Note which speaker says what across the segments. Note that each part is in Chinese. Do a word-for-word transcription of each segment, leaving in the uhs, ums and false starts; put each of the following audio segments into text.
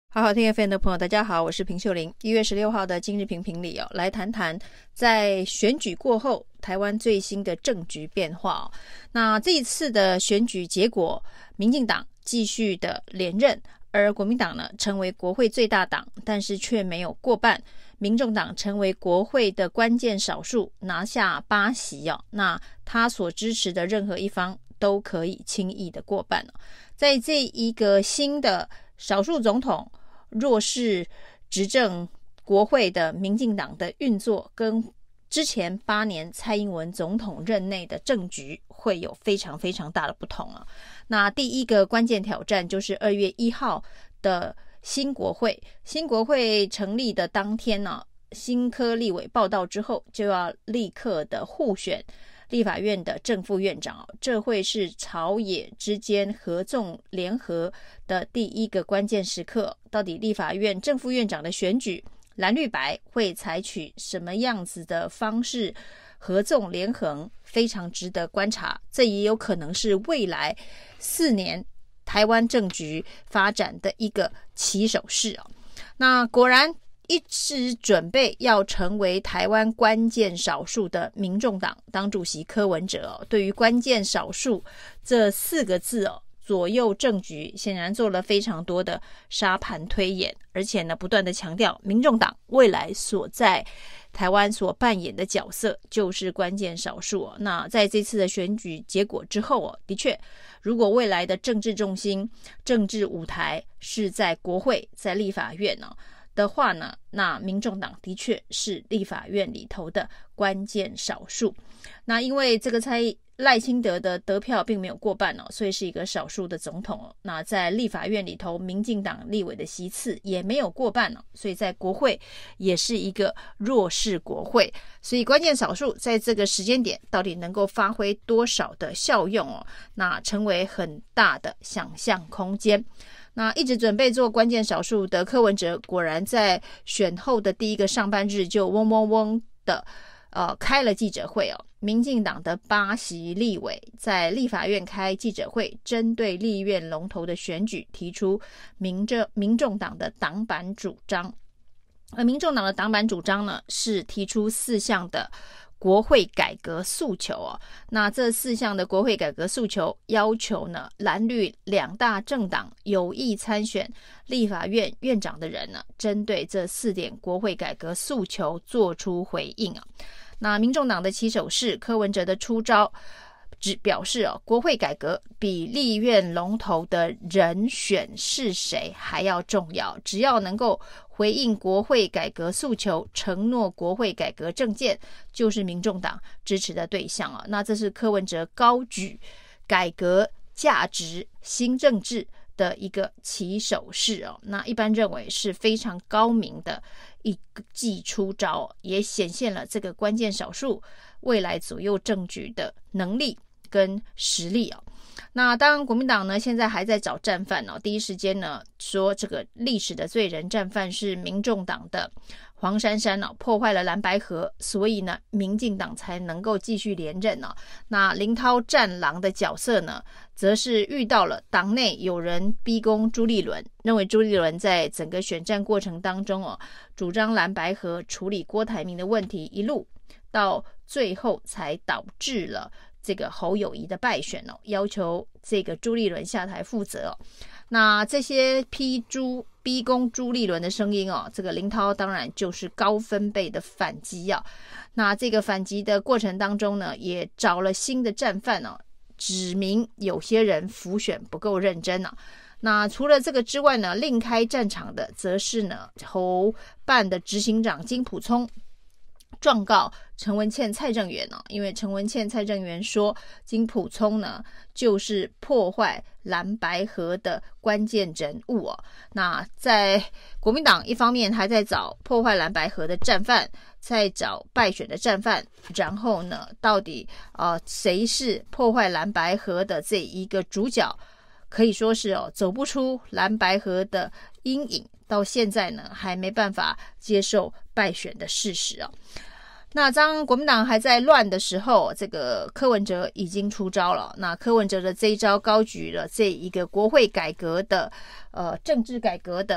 Speaker 1: 好好听 F M 的朋友大家好，我是平秀玲。一月十六号的今日评评里哦，来谈谈在选举过后台湾最新的政局变化哦。那这一次的选举结果，民进党继续的连任，而国民党呢成为国会最大党，但是却没有过半。民众党成为国会的关键少数，拿下八席哦。那他所支持的任何一方都可以轻易的过半哦。在这一个新的少数总统弱势执政国会的民进党的运作，跟之前八年蔡英文总统任内的政局会有非常非常大的不同啊。那第一个关键挑战就是二月一号的新国会，新国会成立的当天呢、啊，新科立委报到之后，就要立刻的互选立法院的正副院长，这会是朝野之间合纵联合的第一个关键时刻。到底立法院正副院长的选举，蓝绿白会采取什么样子的方式合纵连横，非常值得观察。这也有可能是未来四年台湾政局发展的一个起手式哦。那果然一直准备要成为台湾关键少数的民众党党主席柯文哲哦，对于关键少数这四个字哦，左右政局显然做了非常多的沙盘推演，而且呢，不断的强调民众党未来所在台湾所扮演的角色就是关键少数哦。那在这次的选举结果之后哦，的确，如果未来的政治重心、政治舞台是在国会、在立法院呢、哦？的话呢，那民众党的确是立法院里头的关键少数。那因为这个蔡赖清德的得票并没有过半哦，所以是一个少数的总统哦。那在立法院里头，民进党立委的席次也没有过半哦，所以在国会也是一个弱势国会。所以关键少数在这个时间点到底能够发挥多少的效用哦，那成为很大的想象空间。那一直准备做关键少数的柯文哲，果然在选后的第一个上班日就嗡嗡嗡的呃开了记者会哦。民进党的八席立委在立法院开记者会，针对立院龙头的选举提出民政民众党的党版主张。而民众党的党版主张呢，是提出四项的国会改革诉求哦。那这四项的国会改革诉求要求呢，蓝绿两大政党有意参选立法院院长的人呢，针对这四点国会改革诉求做出回应啊。那民众党的起手式，柯文哲的出招，只表示哦，国会改革比立院龙头的人选是谁还要重要，只要能够回应国会改革诉求，承诺国会改革政见，就是民众党支持的对象啊。那这是柯文哲高举改革价值新政治的一个起手式哦。那一般认为是非常高明的一记出招，也显现了这个关键少数未来左右政局的能力跟实力哦。那当然国民党呢现在还在找战犯哦，第一时间呢说这个历史的罪人战犯是民众党的黄珊珊哦，破坏了蓝白合，所以呢民进党才能够继续连任哦。那林涛战狼的角色呢，则是遇到了党内有人逼宫朱立伦，认为朱立伦在整个选战过程当中哦，主张蓝白合，处理郭台铭的问题，一路到最后才导致了这个侯友宜的败选哦，要求这个朱立伦下台负责哦。那这些批朱逼宫朱立伦的声音哦，这个林涛当然就是高分贝的反击啊。那这个反击的过程当中呢，也找了新的战犯哦，指明有些人辅选不够认真啊。那除了这个之外呢，另开战场的则是呢侯办的执行长金溥聪状告陈文茜、蔡正元呢，因为陈文茜、蔡正元说金溥聪呢就是破坏蓝白合的关键人物哦。那在国民党一方面还在找破坏蓝白合的战犯，在找败选的战犯，然后呢，到底呃谁是破坏蓝白合的这一个主角？可以说是哦，走不出蓝白合的阴影，到现在呢还没办法接受败选的事实哦。那当国民党还在乱的时候，这个柯文哲已经出招了。那柯文哲的这一招高举了这一个国会改革的呃政治改革的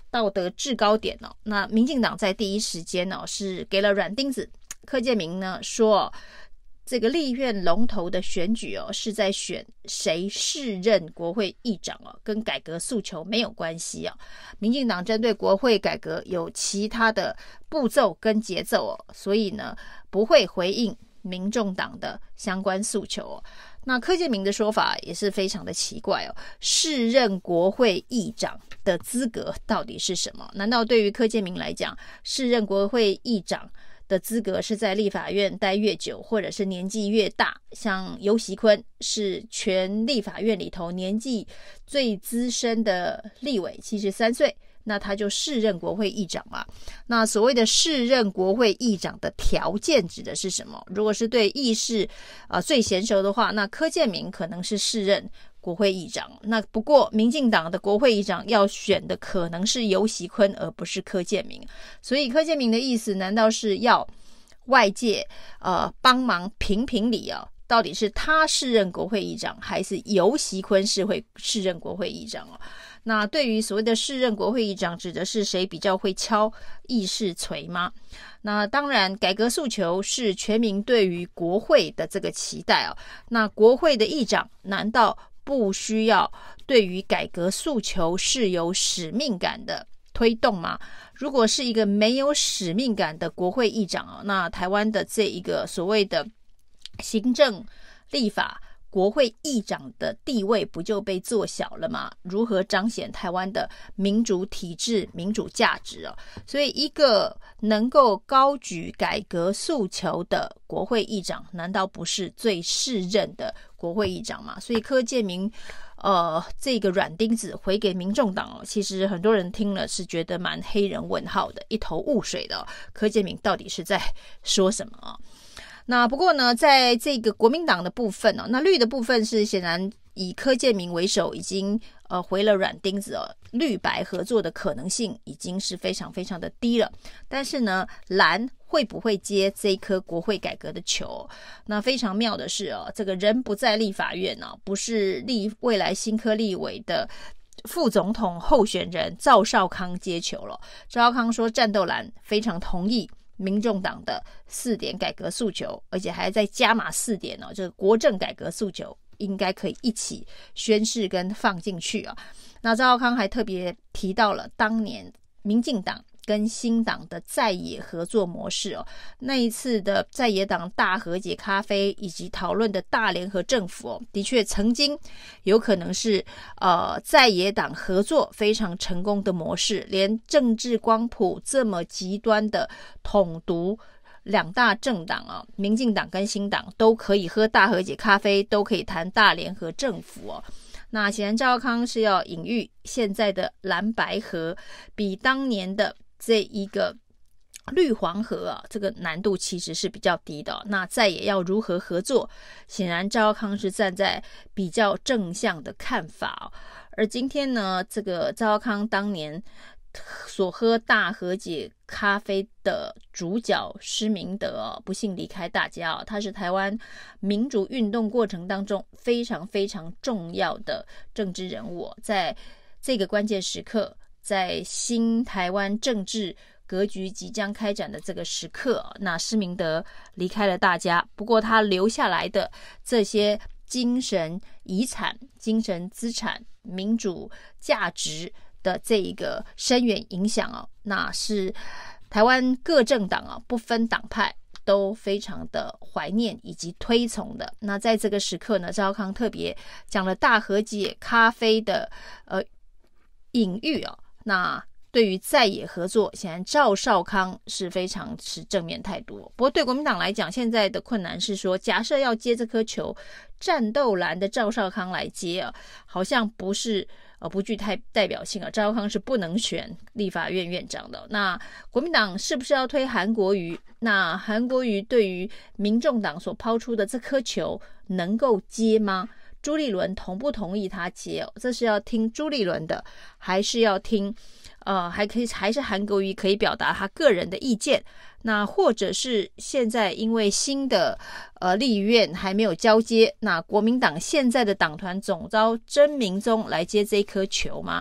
Speaker 1: 道德制高点哦。那民进党在第一时间哦是给了软钉子，柯建铭呢说，这个立院龙头的选举哦，是在选谁适任国会议长哦，跟改革诉求没有关系哦。民进党针对国会改革有其他的步骤跟节奏哦，所以呢不会回应民众党的相关诉求哦。那柯建铭的说法也是非常的奇怪哦，适任国会议长的资格到底是什么？难道对于柯建铭来讲，适任国会议长的资格是在立法院待越久，或者是年纪越大？像游锡堃是全立法院里头年纪最资深的立委，七十三岁，那他就适任国会议长嘛？那所谓的适任国会议长的条件指的是什么？如果是对议事呃最娴熟的话，那柯建铭可能是适任国会议长。那不过民进党的国会议长要选的可能是游锡堃，而不是柯建铭。所以柯建铭的意思难道是要外界呃帮忙评评理啊？到底是他适任国会议长，还是游锡堃是会适任国会议长哦？那对于所谓的适任国会议长，指的是谁比较会敲议事锤吗？那当然，改革诉求是全民对于国会的这个期待哦。那国会的议长难道不需要对于改革诉求是有使命感的推动吗？如果是一个没有使命感的国会议长哦，那台湾的这一个所谓的行政立法国会议长的地位不就被做小了吗？如何彰显台湾的民主体制、民主价值哦？所以一个能够高举改革诉求的国会议长，难道不是最适任的国会议长吗？所以柯建铭呃，这个软钉子回给民众党哦，其实很多人听了是觉得蛮黑人问号的，一头雾水的哦。柯建铭到底是在说什么啊？那不过呢，在这个国民党的部分哦，那绿的部分是显然以柯建铭为首，已经呃回了软钉子哦，绿白合作的可能性已经是非常非常的低了。但是呢，蓝会不会接这一颗国会改革的球？那非常妙的是哦，这个人不在立法院哦，不是立未来新科立委的副总统候选人赵少康接球了。赵少康说，战斗蓝非常同意民众党的四点改革诉求，而且还在加码四点哦，这个国政改革诉求应该可以一起宣示跟放进去啊。那赵少康还特别提到了当年民进党跟新党的在野合作模式哦，那一次的在野党大和解咖啡以及讨论的大联合政府哦，的确曾经有可能是呃在野党合作非常成功的模式，连政治光谱这么极端的统独两大政党啊，民进党跟新党都可以喝大和解咖啡，都可以谈大联合政府哦。那显然赵少康是要隐喻现在的蓝白合比当年的这一个绿黄合啊，这个难度其实是比较低的哦。那再也要如何合作，显然赵少康是站在比较正向的看法哦。而今天呢，这个赵少康当年所喝大和解咖啡的主角施明德哦，不幸离开大家哦。他是台湾民主运动过程当中非常非常重要的政治人物哦，在这个关键时刻，在新台湾政治格局即将开展的这个时刻，那施明德离开了大家，不过他留下来的这些精神遗产、精神资产、民主价值的这一个深远影响哦，那是台湾各政党啊，不分党派都非常的怀念以及推崇的。那在这个时刻呢，赵少康特别讲了大和解咖啡的呃隐喻哦。那对于在野合作，显然赵少康是非常持正面态度。不过对国民党来讲，现在的困难是说，假设要接这颗球，战斗蓝的赵少康来接啊，好像不是呃不具太代表性啊。赵少康是不能选立法院院长的。那国民党是不是要推韩国瑜？那韩国瑜对于民众党所抛出的这颗球能够接吗？朱立伦同不同意他接哦？这是要听朱立伦的，还是要听呃，还可以还是韩国瑜可以表达他个人的意见？那或者是现在因为新的呃立院还没有交接，那国民党现在的党团总召曾明宗来接这颗球吗？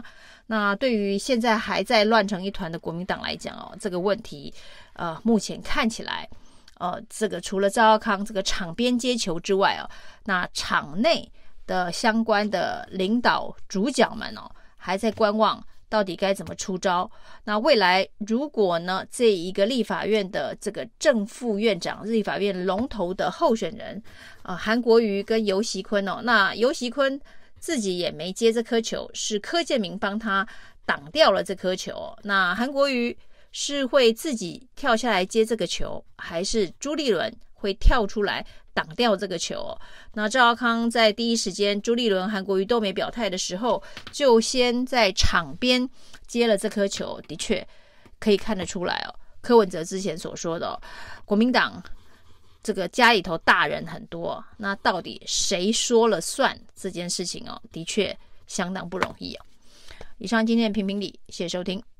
Speaker 1: 那对于现在还在乱成一团的国民党来讲哦，这个问题呃目前看起来呃这个除了赵少康这个场边接球之外哦，那场内的相关的领导主角们哦还在观望到底该怎么出招。那未来如果呢这一个立法院的这个正副院长，立法院龙头的候选人呃韩国瑜跟游锡堃哦，那游锡堃自己也没接这颗球，是柯建铭帮他挡掉了这颗球。那韩国瑜是会自己跳下来接这个球，还是朱立伦会跳出来挡掉这个球？那赵少康在第一时间朱立伦、韩国瑜都没表态的时候，就先在场边接了这颗球，的确可以看得出来哦。柯文哲之前所说的、哦、国民党这个家里头大人很多，那到底谁说了算这件事情哦，的确相当不容易哦。以上今天的评评理，谢谢收听。